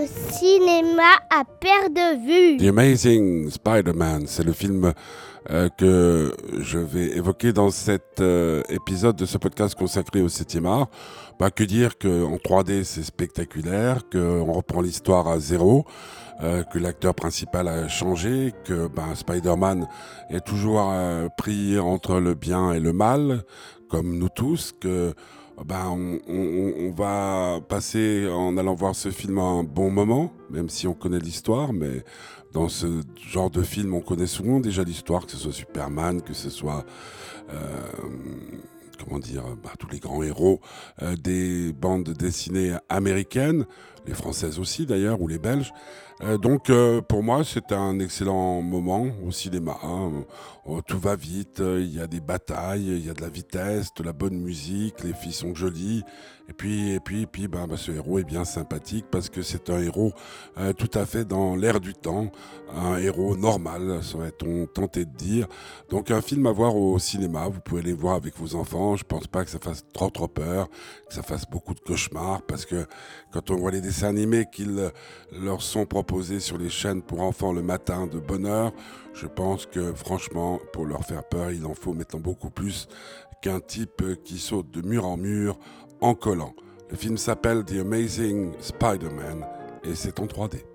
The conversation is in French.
au cinéma à perte de vue. The Amazing Spider-Man, c'est le film que je vais évoquer dans cet épisode de ce podcast consacré au 7e art. Que dire qu'en 3D c'est spectaculaire, qu'on reprend l'histoire à zéro, que l'acteur principal a changé, que Spider-Man est toujours pris entre le bien et le mal, comme nous tous, que on va passer en allant voir ce film un bon moment, même si on connaît l'histoire, mais dans ce genre de film, on connaît souvent déjà l'histoire, que ce soit Superman, que ce soit tous les grands héros des bandes dessinées américaines, les françaises aussi d'ailleurs, ou les belges. Donc pour moi, c'est un excellent moment au cinéma. Tout va vite, il y a des batailles, il y a de la vitesse, de la bonne musique, les filles sont jolies. Et puis, ce héros est bien sympathique parce que c'est un héros tout à fait dans l'air du temps, un héros normal, serait-on tenté de dire. Donc un film à voir au cinéma, vous pouvez aller voir avec vos enfants. Je pense pas que ça fasse trop peur, que ça fasse beaucoup de cauchemars, parce que quand on voit les dessins animés qu'ils leur sont proposés sur les chaînes pour enfants le matin de bonne heure, je pense que franchement, pour leur faire peur, il en faut maintenant beaucoup plus qu'un type qui saute de mur en mur en collant. Le film s'appelle The Amazing Spider-Man et c'est en 3D.